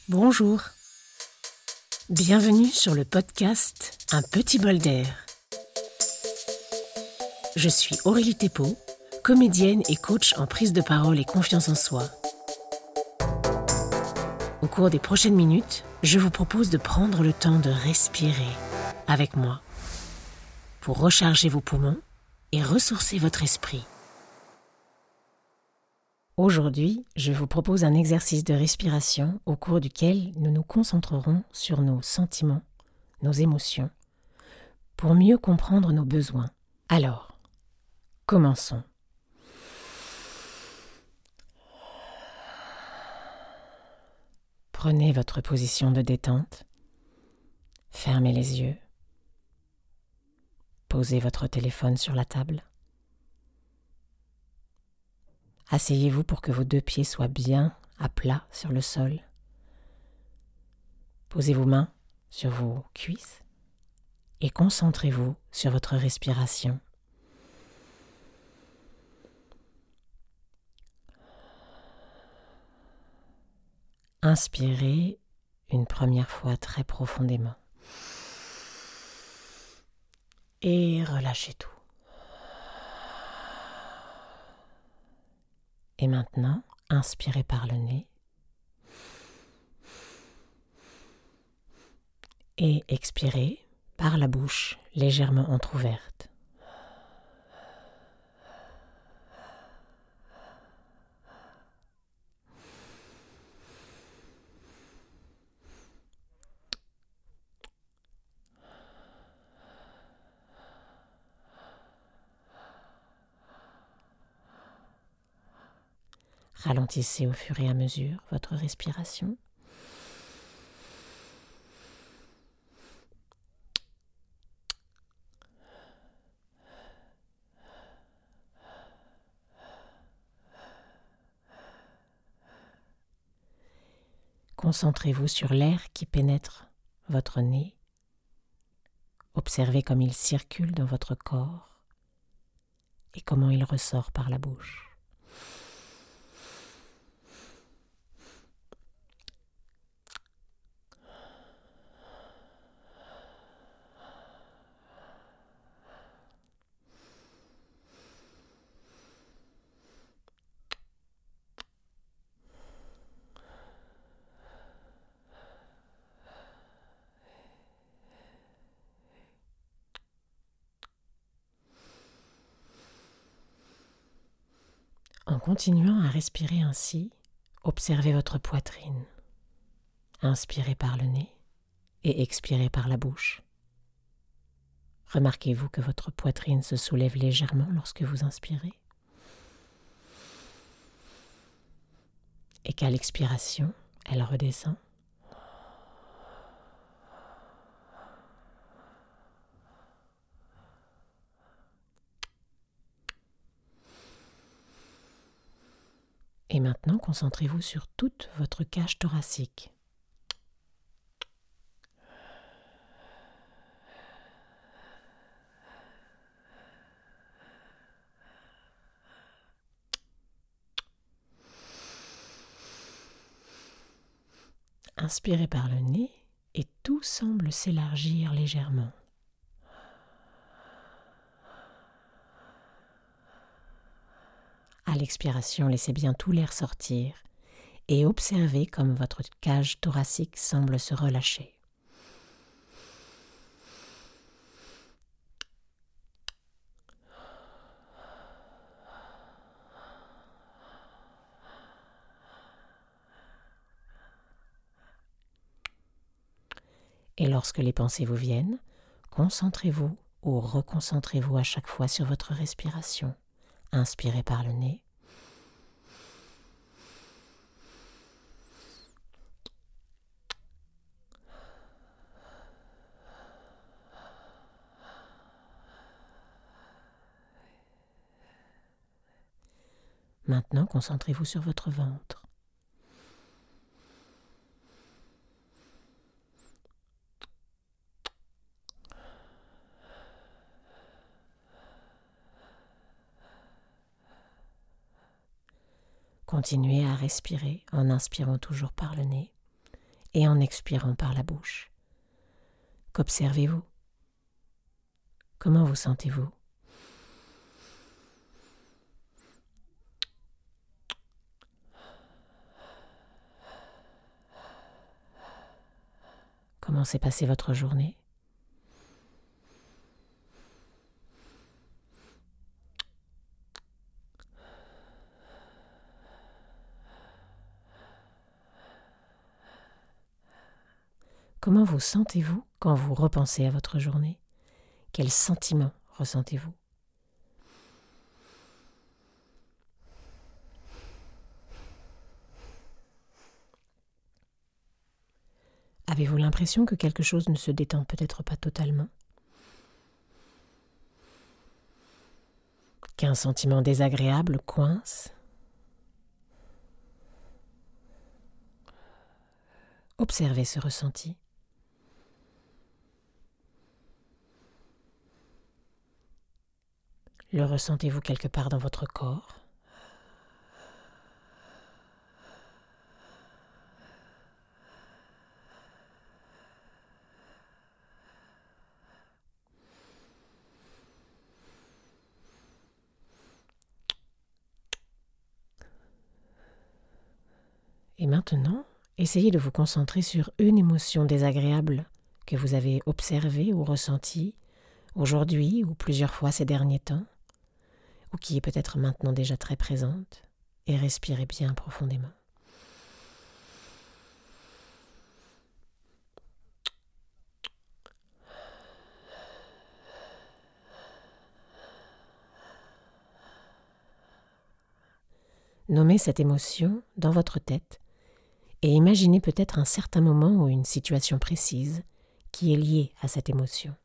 Bonjour, bienvenue sur le podcast Un petit bol d'air. Je suis Aurélie Thépeau, comédienne et coach en prise de parole et confiance en soi. Au cours des prochaines minutes, je vous propose de prendre le temps de respirer avec moi pour recharger vos poumons et ressourcer votre esprit. Aujourd'hui, je vous propose un exercice de respiration au cours duquel nous nous concentrerons sur nos sentiments, nos émotions, pour mieux comprendre nos besoins. Alors, commençons. Prenez votre position de détente, fermez les yeux, posez votre téléphone sur la table. Asseyez-vous pour que vos deux pieds soient bien à plat sur le sol. Posez vos mains sur vos cuisses et concentrez-vous sur votre respiration. Inspirez une première fois très profondément et relâchez tout. Et maintenant, inspirez par le nez et expirez par la bouche légèrement entrouverte. Ralentissez au fur et à mesure votre respiration. Concentrez-vous sur l'air qui pénètre votre nez. Observez comme il circule dans votre corps et comment il ressort par la bouche. En continuant à respirer ainsi, observez votre poitrine. Inspirez par le nez et expirez par la bouche. Remarquez-vous que votre poitrine se soulève légèrement lorsque vous inspirez et qu'à l'expiration, elle redescend. Et maintenant, concentrez-vous sur toute votre cage thoracique. Inspirez par le nez et tout semble s'élargir légèrement. À l'expiration, laissez bien tout l'air sortir et observez comme votre cage thoracique semble se relâcher. Et lorsque les pensées vous viennent, concentrez-vous ou reconcentrez-vous à chaque fois sur votre respiration. Inspirez par le nez. Maintenant, concentrez-vous sur votre ventre. Continuez à respirer en inspirant toujours par le nez et en expirant par la bouche. Qu'observez-vous? Comment vous sentez-vous? Comment s'est passée votre journée? Comment vous sentez-vous quand vous repensez à votre journée? Quels sentiments ressentez-vous? Avez-vous l'impression que quelque chose ne se détend peut-être pas totalement? Qu'un sentiment désagréable coince? Observez ce ressenti. Le ressentez-vous quelque part dans votre corps? Et maintenant, essayez de vous concentrer sur une émotion désagréable que vous avez observée ou ressentie aujourd'hui ou plusieurs fois ces derniers temps, ou qui est peut-être maintenant déjà très présente, et respirez bien profondément. Nommez cette émotion dans votre tête et imaginez peut-être un certain moment ou une situation précise qui est liée à cette émotion.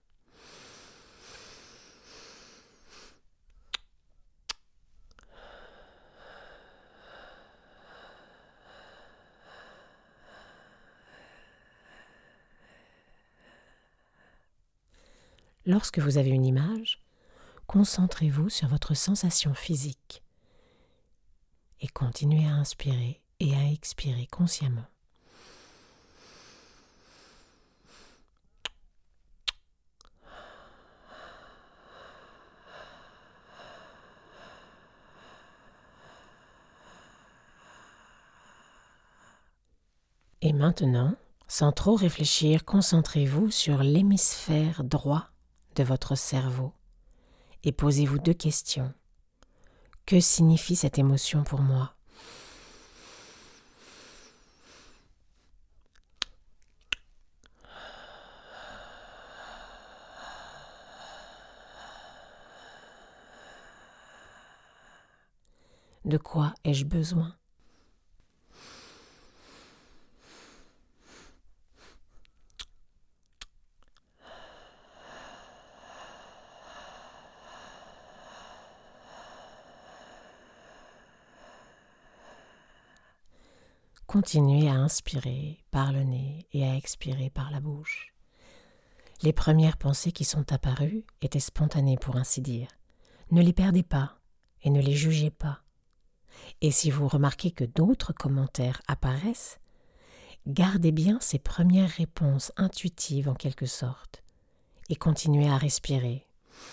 Lorsque vous avez une image, concentrez-vous sur votre sensation physique et continuez à inspirer et à expirer consciemment. Et maintenant, sans trop réfléchir, concentrez-vous sur l'hémisphère droit de votre cerveau et posez-vous 2 questions. Que signifie cette émotion pour moi? De quoi ai-je besoin? Continuez à inspirer par le nez et à expirer par la bouche. Les premières pensées qui sont apparues étaient spontanées pour ainsi dire. Ne les perdez pas et ne les jugez pas. Et si vous remarquez que d'autres commentaires apparaissent, gardez bien ces premières réponses intuitives en quelque sorte et continuez à respirer.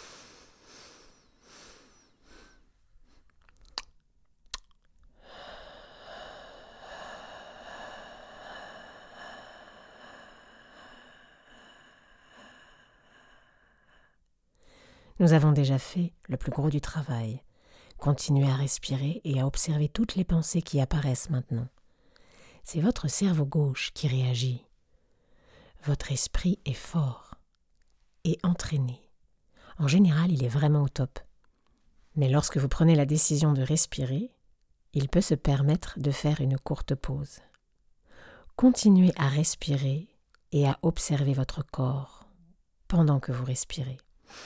Nous avons déjà fait le plus gros du travail. Continuez à respirer et à observer toutes les pensées qui apparaissent maintenant. C'est votre cerveau gauche qui réagit. Votre esprit est fort et entraîné. En général, il est vraiment au top. Mais lorsque vous prenez la décision de respirer, il peut se permettre de faire une courte pause. Continuez à respirer et à observer votre corps pendant que vous respirez.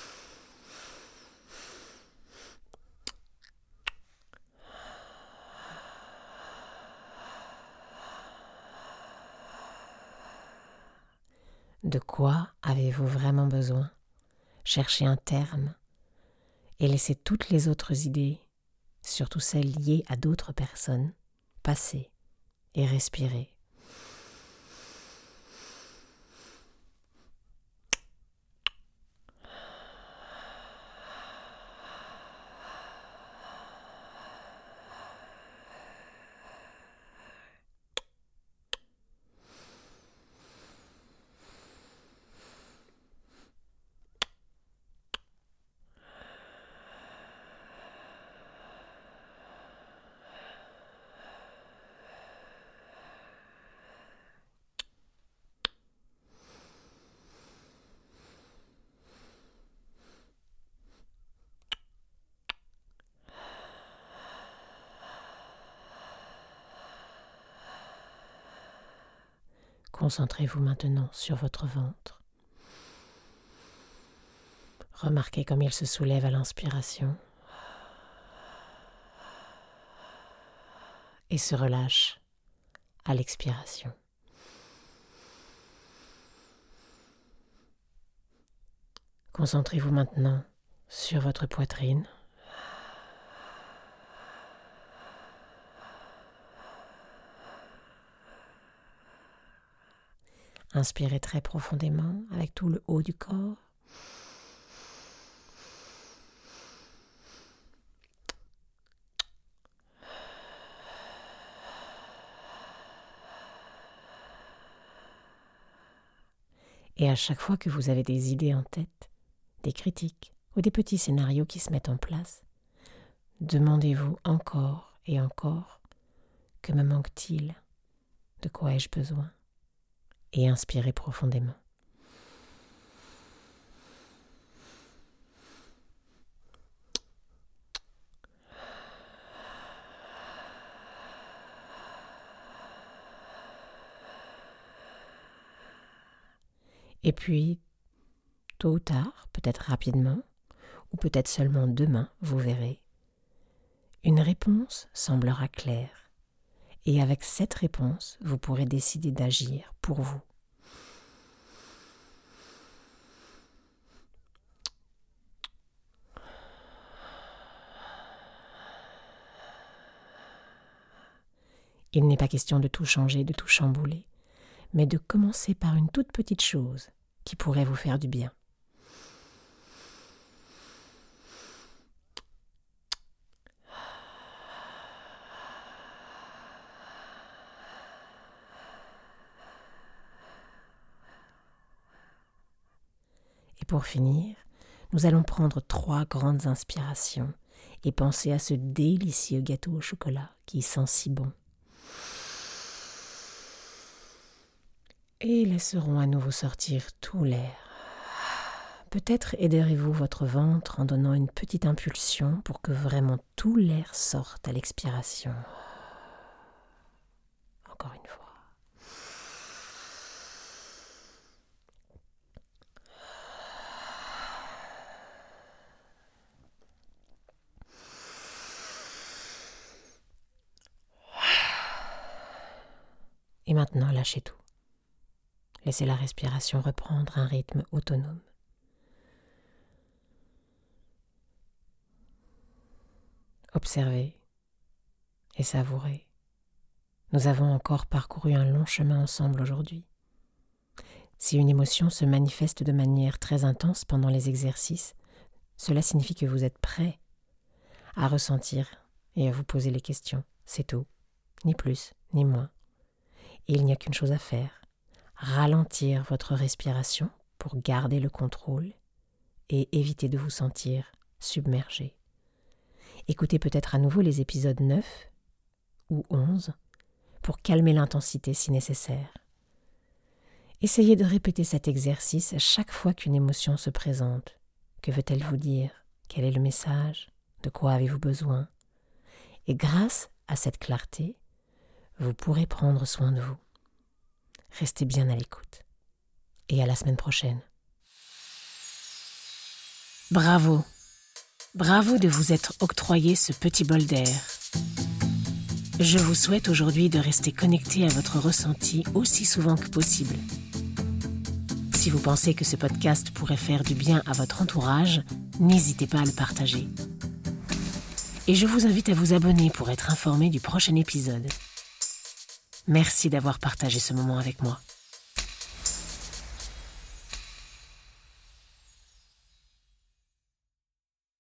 De quoi avez-vous vraiment besoin? Cherchez un terme et laissez toutes les autres idées, surtout celles liées à d'autres personnes, passer et respirer. Concentrez-vous maintenant sur votre ventre. Remarquez comme il se soulève à l'inspiration et se relâche à l'expiration. Concentrez-vous maintenant sur votre poitrine. Inspirez très profondément avec tout le haut du corps. Et à chaque fois que vous avez des idées en tête, des critiques ou des petits scénarios qui se mettent en place, demandez-vous encore et encore, que me manque-t-il? De quoi ai-je besoin? Et inspirez profondément. Et puis, tôt ou tard, peut-être rapidement, ou peut-être seulement demain, vous verrez, une réponse semblera claire. Et avec cette réponse, vous pourrez décider d'agir pour vous. Il n'est pas question de tout changer, de tout chambouler, mais de commencer par une toute petite chose qui pourrait vous faire du bien. Et pour finir, nous allons prendre 3 grandes inspirations et penser à ce délicieux gâteau au chocolat qui sent si bon. Et laisserons à nouveau sortir tout l'air. Peut-être aiderez-vous votre ventre en donnant une petite impulsion pour que vraiment tout l'air sorte à l'expiration. Encore une fois. Et maintenant, lâchez tout. Laissez la respiration reprendre un rythme autonome. Observez et savourez. Nous avons encore parcouru un long chemin ensemble aujourd'hui. Si une émotion se manifeste de manière très intense pendant les exercices, cela signifie que vous êtes prêt à ressentir et à vous poser les questions. C'est tout, ni plus, ni moins. Et il n'y a qu'une chose à faire, ralentir votre respiration pour garder le contrôle et éviter de vous sentir submergé. Écoutez peut-être à nouveau les épisodes 9 ou 11 pour calmer l'intensité si nécessaire. Essayez de répéter cet exercice chaque fois qu'une émotion se présente. Que veut-elle vous dire? Quel est le message? De quoi avez-vous besoin? Et grâce à cette clarté, vous pourrez prendre soin de vous. Restez bien à l'écoute. Et à la semaine prochaine. Bravo! Bravo de vous être octroyé ce petit bol d'air. Je vous souhaite aujourd'hui de rester connecté à votre ressenti aussi souvent que possible. Si vous pensez que ce podcast pourrait faire du bien à votre entourage, n'hésitez pas à le partager. Et je vous invite à vous abonner pour être informé du prochain épisode. Merci d'avoir partagé ce moment avec moi.